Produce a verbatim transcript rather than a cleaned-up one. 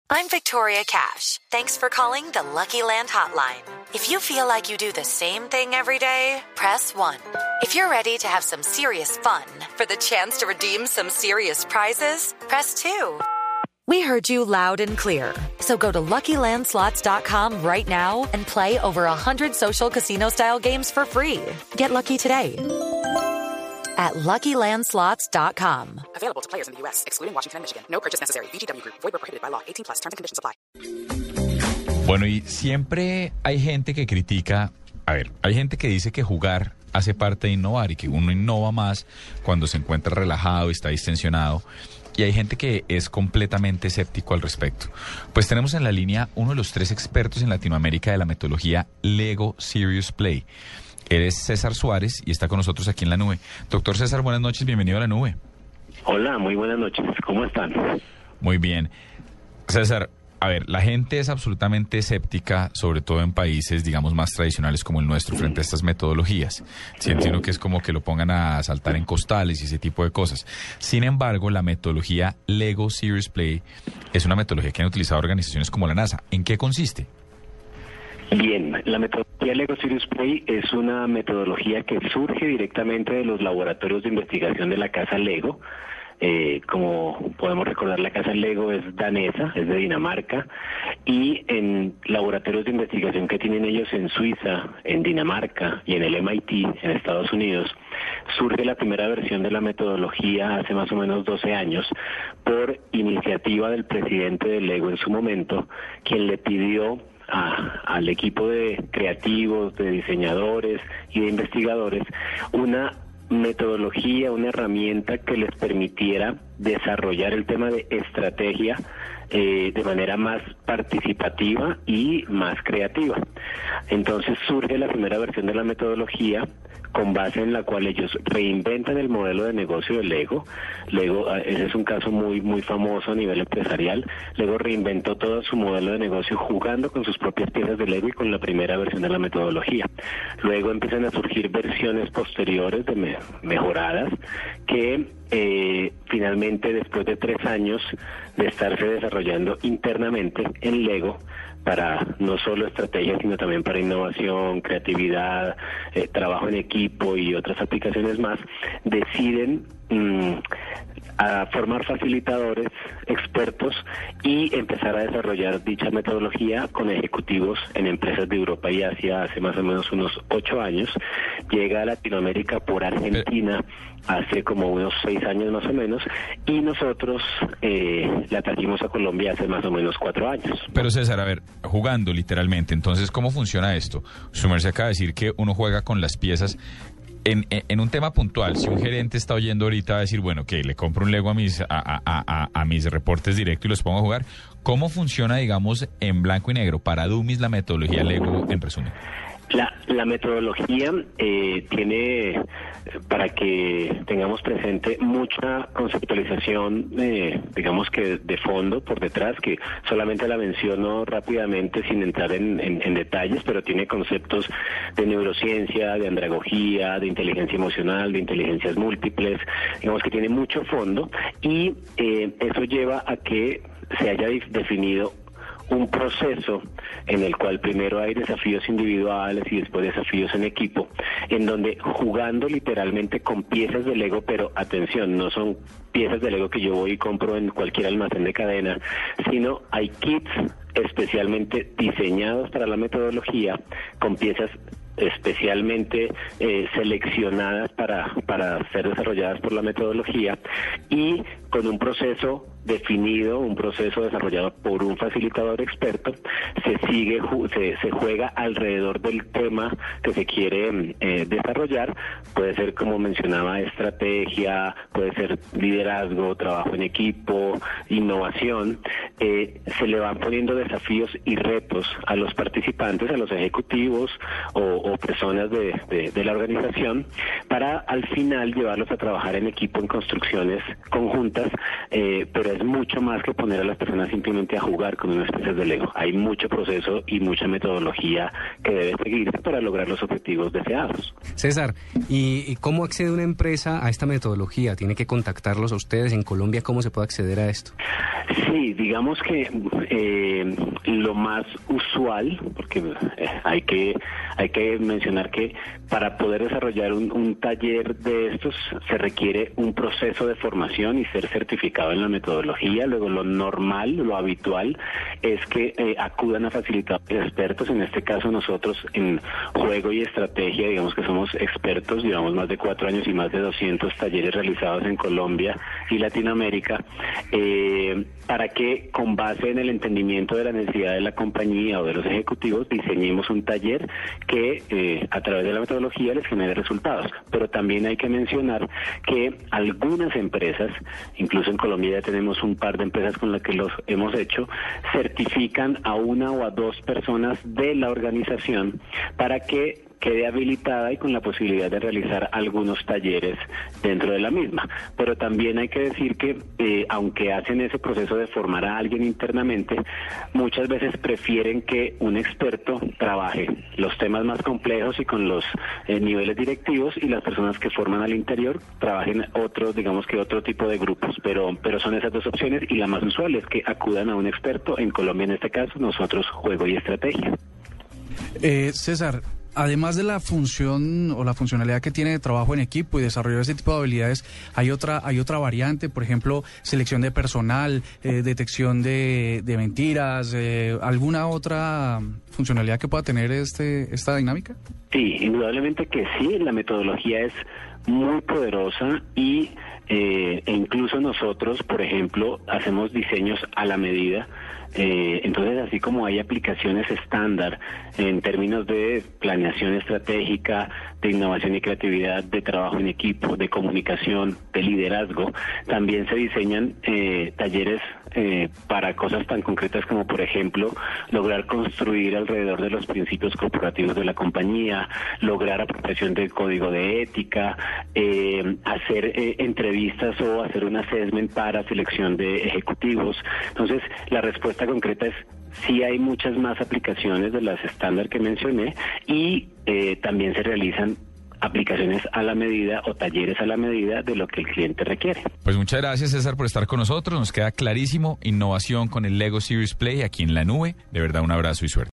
I'm Victoria Cash. Thanks for calling the Lucky Land Hotline. If you feel like you do the same thing every day, press one. If you're ready to have some serious fun for the chance to redeem some serious prizes, press two. We heard you loud and clear. So go to Lucky Land Slots dot com right now and play over one hundred social casino-style games for free. Get lucky today at Lucky Land Slots dot com. Available to players in the U S, excluding Washington and Michigan. No purchase necessary. V G W Group. Void where prohibited by law. eighteen plus. Terms and conditions apply. Bueno, y siempre hay gente que critica, a ver, hay gente que dice que jugar hace parte de innovar y que uno innova más cuando se encuentra relajado y está distensionado. Y hay gente que es completamente escéptico al respecto. Pues tenemos en la línea uno de los tres expertos en Latinoamérica de la metodología Lego Serious Play. Él es César Suárez y está con nosotros aquí en la nube. Doctor César, buenas noches, bienvenido a la nube. Hola, muy buenas noches, ¿cómo están? Muy bien. César, a ver, la gente es absolutamente escéptica, sobre todo en países, digamos, más tradicionales como el nuestro, frente a estas metodologías. Sí, entiendo que es como que lo pongan a saltar en costales y ese tipo de cosas. Sin embargo, la metodología Lego Serious Play es una metodología que han utilizado organizaciones como la NASA. ¿En qué consiste? Bien, la metodología Lego Serious Play es una metodología que surge directamente de los laboratorios de investigación de la casa Lego. Eh, como podemos recordar, la casa Lego es danesa, es de Dinamarca, y en laboratorios de investigación que tienen ellos en Suiza, en Dinamarca y en el M I T en Estados Unidos, surge la primera versión de la metodología hace más o menos doce años por iniciativa del presidente de Lego en su momento, quien le pidió A, al equipo de creativos, de diseñadores y de investigadores una metodología, una herramienta que les permitiera desarrollar el tema de estrategia eh, de manera más participativa y más creativa. Entonces surge la primera versión de la metodología con base en la cual ellos reinventan el modelo de negocio de Lego. Lego, ese es un caso muy muy famoso a nivel empresarial. Lego reinventó todo su modelo de negocio jugando con sus propias piezas de Lego y con la primera versión de la metodología. Luego empiezan a surgir versiones posteriores de me, mejoradas que eh, finalmente, después de tres años de estarse desarrollando internamente en Lego, para no solo estrategia, sino también para innovación, creatividad, eh, trabajo en equipo y otras aplicaciones más, deciden mmm, a formar facilitadores expertos y empezar a desarrollar dicha metodología con ejecutivos en empresas de Europa y Asia hace más o menos unos ocho años. Llega a Latinoamérica por Argentina hace como unos seis años más o menos, y nosotros eh, la trajimos a Colombia hace más o menos cuatro años. Pero César, a ver, jugando literalmente, entonces, ¿cómo funciona esto? Su merced acaba de decir que uno juega con las piezas. En, en, en un tema puntual, si un gerente está oyendo ahorita va a decir, bueno, que le compro un Lego a mis, a, a, a, a mis reportes directos y los pongo a jugar, ¿cómo funciona, digamos, en blanco y negro, para dummies, la metodología Lego, en resumen? La, la metodología eh, tiene, para que tengamos presente, mucha conceptualización, eh, digamos que de fondo por detrás, que solamente la menciono rápidamente sin entrar en, en, en detalles, pero tiene conceptos de neurociencia, de andragogía, de inteligencia emocional, de inteligencias múltiples, digamos que tiene mucho fondo, y eh, eso lleva a que se haya definido un proceso en el cual primero hay desafíos individuales y después desafíos en equipo, en donde jugando literalmente con piezas de Lego, pero atención, no son piezas de Lego que yo voy y compro en cualquier almacén de cadena, sino hay kits especialmente diseñados para la metodología, con piezas especialmente eh, seleccionadas para, para ser desarrolladas por la metodología, y con un proceso definido, un proceso desarrollado por un facilitador experto, se sigue se, se juega alrededor del tema que se quiere eh, desarrollar. Puede ser, como mencionaba, estrategia, puede ser liderazgo, trabajo en equipo, innovación. Eh, se le van poniendo desafíos y retos a los participantes, a los ejecutivos o, o personas de, de, de la organización, para al final llevarlos a trabajar en equipo en construcciones conjuntas, eh, pero es mucho más que poner a las personas simplemente a jugar con unas piezas de Lego. Hay mucho proceso y mucha metodología que debe seguirse para lograr los objetivos deseados. César, ¿y, y cómo accede una empresa a esta metodología? ¿Tiene que contactarlos a ustedes en Colombia? ¿Cómo se puede acceder a esto? Sí, digamos que eh, lo más usual, porque eh, hay que hay que mencionar que para poder desarrollar un, un taller de estos se requiere un proceso de formación y ser certificado en la metodología. Luego lo normal, lo habitual es que eh, acudan a facilitadores expertos. En este caso nosotros en juego y estrategia, digamos que somos expertos, llevamos más de cuatro años y más de doscientos talleres realizados en Colombia y Latinoamérica, eh, para que con base en el entendimiento de la necesidad de la compañía o de los ejecutivos diseñemos un taller que eh, a través de la metodología les genere resultados. Pero también hay que mencionar que algunas empresas, incluso en Colombia ya tenemos un par de empresas con las que los hemos hecho, certifican a una o a dos personas de la organización para que quede habilitada y con la posibilidad de realizar algunos talleres dentro de la misma. Pero también hay que decir que eh, aunque hacen ese proceso de formar a alguien internamente, muchas veces prefieren que un experto trabaje los temas más complejos y con los eh, niveles directivos, y las personas que forman al interior trabajen otros, digamos que otro tipo de grupos. Pero, pero son esas dos opciones, y la más usual es que acudan a un experto. En Colombia, en este caso, nosotros juego y estrategia. Eh, César, además de la función o la funcionalidad que tiene de trabajo en equipo y desarrollar ese tipo de habilidades, hay otra hay otra variante, por ejemplo, selección de personal, eh, detección de, de mentiras, eh, ¿alguna otra funcionalidad que pueda tener este esta dinámica? Sí, indudablemente que sí, la metodología es muy poderosa y eh, e incluso nosotros, por ejemplo, hacemos diseños a la medida. Eh, entonces, así como hay aplicaciones estándar en términos de planeación estratégica, de innovación y creatividad, de trabajo en equipo, de comunicación, de liderazgo, también se diseñan eh, talleres eh, para cosas tan concretas como, por ejemplo, lograr construir alrededor de los principios corporativos de la compañía, lograr apropiación del código de ética, eh, hacer eh, entrevistas o hacer un assessment para selección de ejecutivos. Entonces, la respuesta concreta es sí, hay muchas más aplicaciones de las estándar que mencioné, y eh, también se realizan aplicaciones a la medida o talleres a la medida de lo que el cliente requiere. Pues muchas gracias, César, por estar con nosotros. Nos queda clarísimo, innovación con el Lego Serious Play aquí en la nube. De verdad, un abrazo y suerte.